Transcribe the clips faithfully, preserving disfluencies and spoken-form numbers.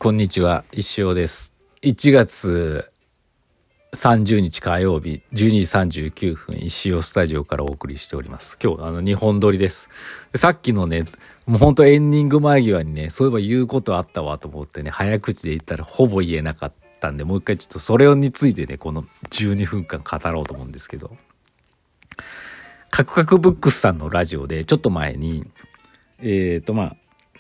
こんにちは、石尾です。いちがつさんじゅうにち火曜日じゅうにじさんじゅうきゅうふん、石尾スタジオからお送りしております。今日あのにほん撮りです。さっきのね、もうほんとエンディング間際にね、そういえば言うことあったわと思ってね、早口で言ったらほぼ言えなかったんで、もう一回ちょっとそれについてね、このじゅうにふんかん語ろうと思うんですけど、カクカクブックスさんのラジオでちょっと前にえーとまあ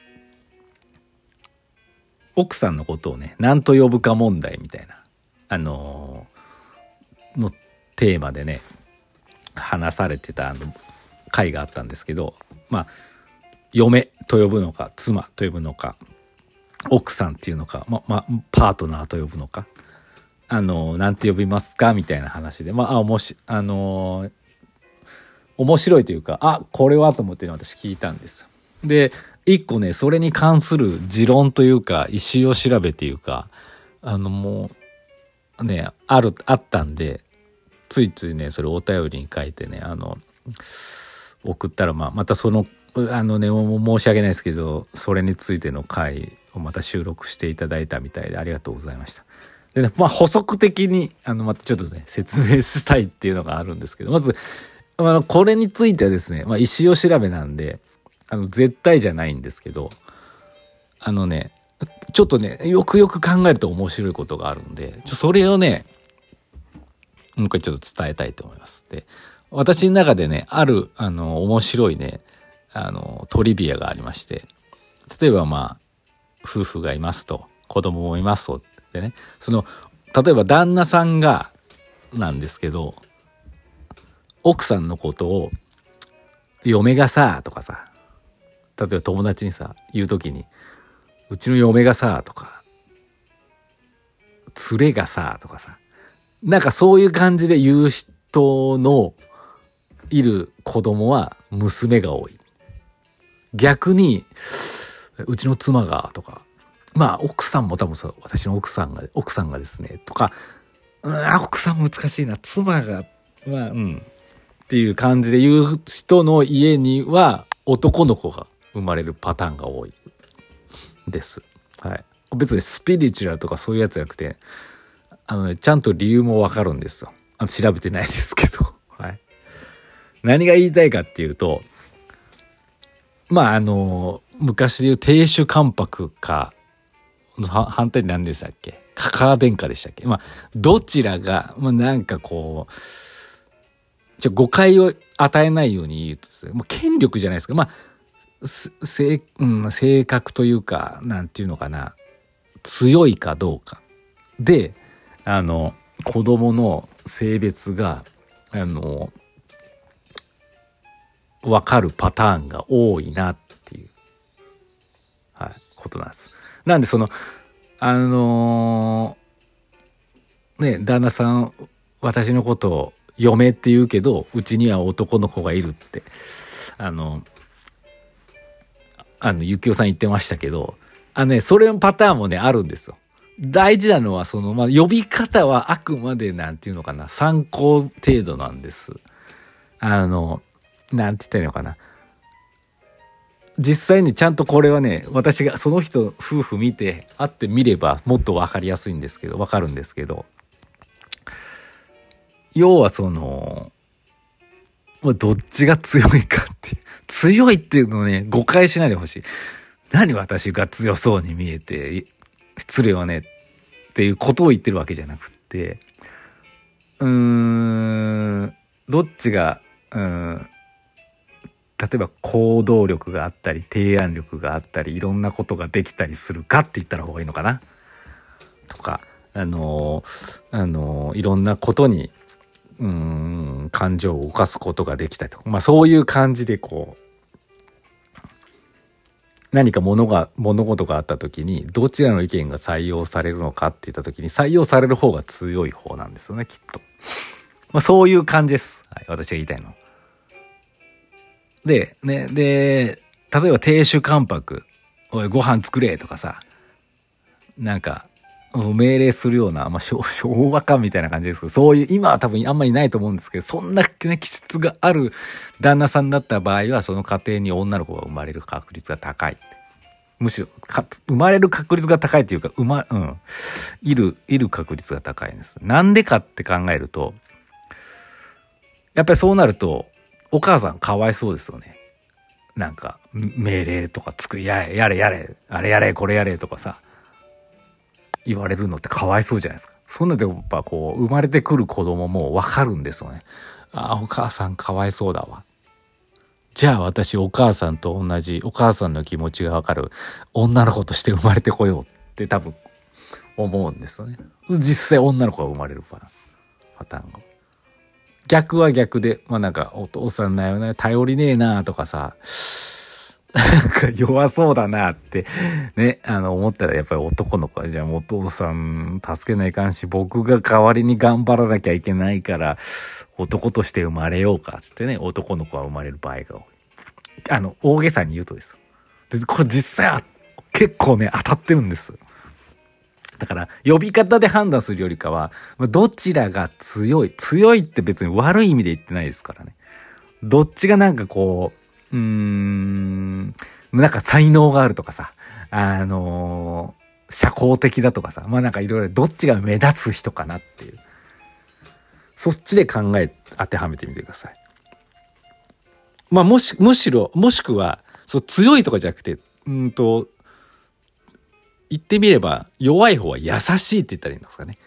奥さんのことをね、何と呼ぶか問題みたいなあのー、のテーマでね話されてたあの回があったんですけど、まあ嫁と呼ぶのか妻と呼ぶのか奥さんっていうのか、ままパートナーと呼ぶのか、あのー、なんて呼びますかみたいな話で、まああおもしあのー、面白いというか、あこれはと思って、ね、私聞いたんですよ。で一個ね、それに関する持論というか石を調べていうか、あのもうねあるあったんで、ついついねそれをお便りに書いてね、あの送ったら、まあまたそのあのね申し訳ないですけど、それについての回をまた収録していただいたみたいで、ありがとうございました。で、ね、まあ補足的にあのまたちょっとね説明したいっていうのがあるんですけど、まずあのこれについてはですね、まあ石を調べなんで。あの絶対じゃないんですけど、あのねちょっとねよくよく考えると面白いことがあるんで、ちょそれをねもう一回ちょっと伝えたいと思います。で、私の中でねあるあの面白いねあのトリビアがありまして、例えばまあ夫婦がいますと、子供もいますとってね、その例えば旦那さんがなんですけど、奥さんのことを嫁がさとかさ、例えば友達にさ言うときに、うちの嫁がさとか、連れがさとかさ、なんかそういう感じで言う人のいる子供は娘が多い。逆にうちの妻がとか、まあ奥さんも多分さ、私の奥さんが奥さんがですねとか、うん、奥さん難しいな、妻がまあうんっていう感じで言う人の家には男の子が生まれるパターンが多いです。はい。別にスピリチュアルとかそういうやつじゃなくて、あのね、ちゃんと理由もわかるんですよ。あの調べてないですけど、はい。何が言いたいかっていうと、まああの昔で言う亭主関白かの反対に何でしたっけ？カカア殿下でしたっけ？まあどちらがまあなんかこうちょ誤解を与えないように言うとですね、もう権力じゃないですか。まあ性、うん、性格というか、なんていうのかな、強いかどうかで、あの子供の性別があの分かるパターンが多いなっていう、はい、ことなんです。なんでそのあのー、ね旦那さん私のことを嫁って言うけど、うちには男の子がいるってあのあのゆきおさん言ってましたけど、あのねそれのパターンもねあるんですよ。大事なのはその、まあ、呼び方はあくまでなんていうのかな、参考程度なんです。あのなんて言ったらいいのかな、実際にちゃんとこれはね、私がその人夫婦見て会ってみればもっと分かりやすいんですけど、分かるんですけど、要はそのどっちが強いかっていう、強いっていうのをね誤解しないでほしい。何私が強そうに見えて失礼はねっていうことを言ってるわけじゃなくて、うーんどっちがうーん例えば行動力があったり提案力があったりいろんなことができたりするかって言ったら方がいいのかなとか、あのー、あのー、いろんなことにうーん感情を動かすことができたりとか、まあそういう感じでこう何か物が物事があった時にどちらの意見が採用されるのかって言った時に採用される方が強い方なんですよね、きっと。まあそういう感じです。はい、私が言いたいの。でね、で例えば亭主関白、おいご飯作れとかさ、なんか命令するような、まあ、昭和感みたいな感じですけど、そういう今は多分あんまりないと思うんですけど、そんなね気質がある旦那さんだった場合はその家庭に女の子が生まれる確率が高い。 むしろか生まれる確率が高いというか、生ま、うん、いる、いる確率が高いんです。なんでかって考えると、やっぱりそうなると、お母さんかわいそうですよね。なんか、命令とかつく、やれ、やれ、やれ、あれやれ、これやれとかさ、言われるのってかわいそうじゃないですか。そんなでやっぱこう、生まれてくる子供もわかるんですよね。ああ、お母さんかわいそうだわ。じゃあ私お母さんと同じ、お母さんの気持ちがわかる女の子として生まれてこようって多分思うんですよね。実際女の子が生まれるパターンが。逆は逆で、まあなんかお父さんだよね、頼りねえなとかさ、なんか弱そうだなってね、あの思ったらやっぱり男の子はじゃあお父さん助けないかんし、僕が代わりに頑張らなきゃいけないから男として生まれようかっつってね、男の子は生まれる場合が多い。あの大げさに言うとですで、これ実際は結構ね当たってるんです。だから呼び方で判断するよりかは、どちらが強い強いって別に悪い意味で言ってないですからね。どっちがなんかこううーんなんか才能があるとかさ、あのー、社交的だとかさ、まあなんかいろいろどっちが目立つ人かなっていう、そっちで考え当てはめてみてください。まあもしむしろもしくはそう強いとかじゃなくて、うんと言ってみれば弱い方は優しいって言ったらいいんですかね。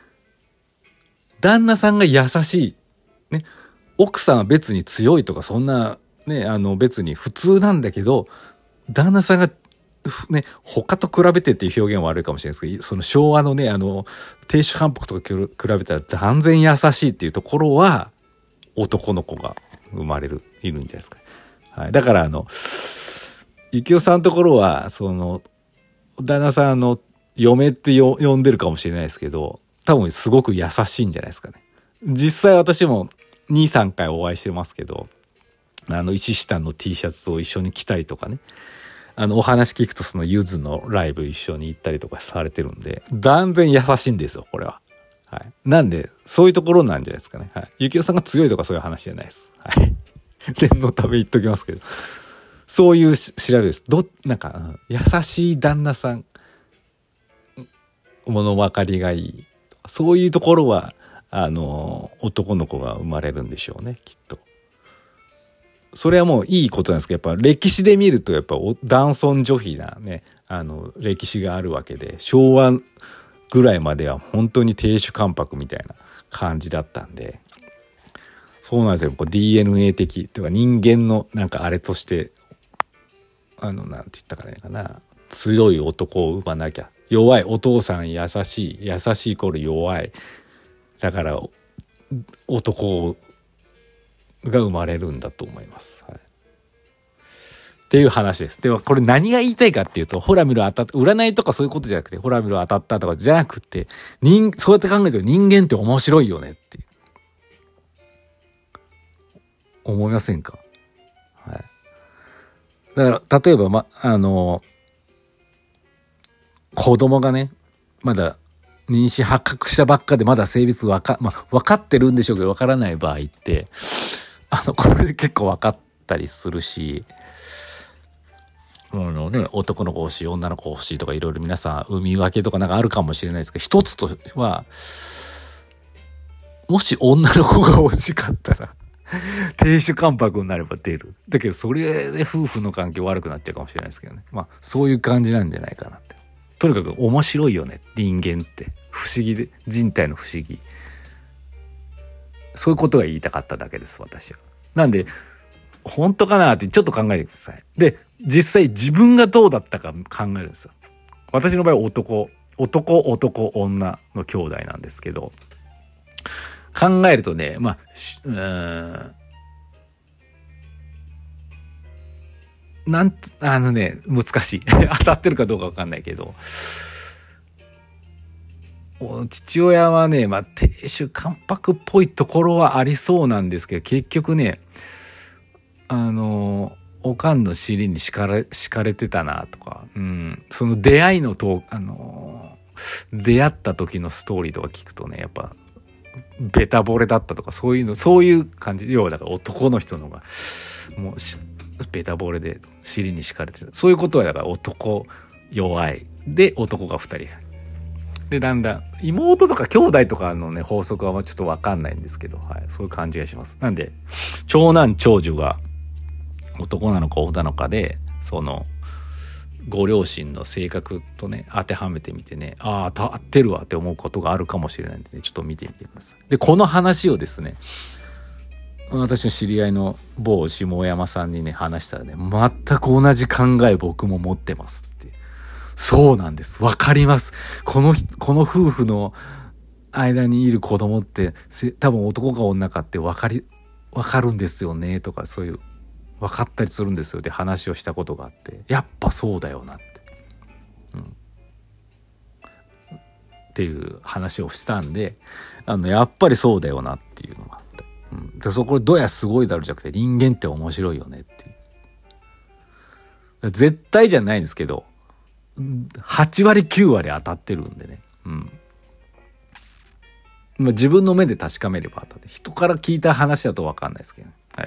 旦那さんが優しいね、奥さんは別に強いとかそんなね、あの別に普通なんだけど、旦那さんがね、他と比べてっていう表現は悪いかもしれないですけど、その昭和のね、あの亭主関白とか比べたら断然優しいっていうところは男の子が生まれるいるんじゃないですか。はい、だからあのゆきおさんのところはその旦那さんの嫁ってよ呼んでるかもしれないですけど、多分すごく優しいんじゃないですかね。実際私もにさんかいお会いしてますけど、あの石下の T シャツを一緒に着たりとかね、あのお話聞くとそのゆずのライブ一緒に行ったりとかされてるんで、断然優しいんですよこれは。はい、なんでそういうところなんじゃないですかね。はい、ゆきおさんが強いとかそういう話じゃないです。はい、念のため言っときますけど、そういう調べです。どなんか、うん、優しい旦那さん、物分かりがいいとか、そういうところはあの男の子が生まれるんでしょうねきっと。それはもういいことなんですけど、やっぱ歴史で見るとやっぱ男尊女卑なね、あの歴史があるわけで、昭和ぐらいまでは本当に亭主関白みたいな感じだったんで、そうなんですよ。こう ディーエヌエー 的というか人間のなんかあれとして、あのなんて言ったかねかな、強い男を生まなきゃ、弱いお父さん優しい、優しいイコール弱い、だから男が生まれるんだと思います。はい、っていう話です。ではこれ何が言いたいかっていうと、ほら見ろ当たった、占いとかそういうことじゃなくて、ほら見ろ当たったとかじゃなくて、人そうやって考えると人間って面白いよねって思いませんか？はい。だから例えばまあの子供がね、まだ妊娠発覚したばっかでまだ性別わか、まあ、分かってるんでしょうけど分からない場合って、あのこれで結構分かったりするし、あのね、男の子欲しい女の子欲しいとかいろいろ皆さん産み分けとかなんかあるかもしれないですけど、一つとはもし女の子が欲しかったら亭主関白になれば出る。だけどそれで夫婦の関係悪くなっちゃうかもしれないですけどね。まあそういう感じなんじゃないかなって。とにかく面白いよね、人間って不思議で、人体の不思議、そういうことが言いたかっただけです、私は。なんで本当かなってちょっと考えてください。で実際自分がどうだったか考えるんですよ。私の場合男男男女の兄弟なんですけど、考えるとね、まあうーんなんあのね難しい当たってるかどうか分かんないけど、父親はね、まあ亭主関白っぽいところはありそうなんですけど、結局ね、あのおかんの尻に敷かれ敷かれてたなとか、うん、その出会いのとあの出会った時のストーリーとか聞くとね、やっぱベタ惚れだったとか、そういうのそういう感じ。要はだから男の人のがもうベタボレで尻に敷かれてる、そういうことはだから男弱いで男がふたりで、だんだん妹とか兄弟とかのね法則はちょっと分かんないんですけど、はい、そういう感じがします。なんで長男長女が男なのか女なのかで、そのご両親の性格とね当てはめてみてね、ああ合ってるわって思うことがあるかもしれないんでね、ちょっと見てみてください。でこの話をですね、私の知り合いの某下山さんにね話したらね、全く同じ考え僕も持ってますって。そうなんです、わかります、このこの夫婦の間にいる子供って多分男か女かって分かり分かるんですよねとか、そういう分かったりするんですよって話をしたことがあって、やっぱそうだよなって、うん、っていう話をしたんで、あのやっぱりそうだよなっていうのがあって、うん、でそこでどやすごいだろじゃなくて、人間って面白いよねっていう、絶対じゃないんですけどはちわりきゅうわり当たってるんでね、うん、まあ、自分の目で確かめれば当たって、人から聞いた話だと分かんないですけどね、はい、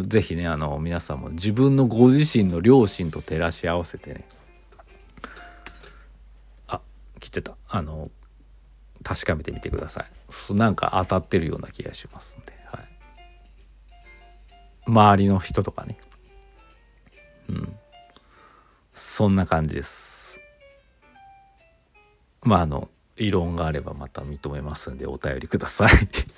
ぜひねあの皆さんも自分のご自身の両親と照らし合わせてね、あ切っちゃったあの確かめてみてください。なんか当たってるような気がしますんで、はい、周りの人とかね、うん、そんな感じです。まああの異論があればまた認めますんでお便りください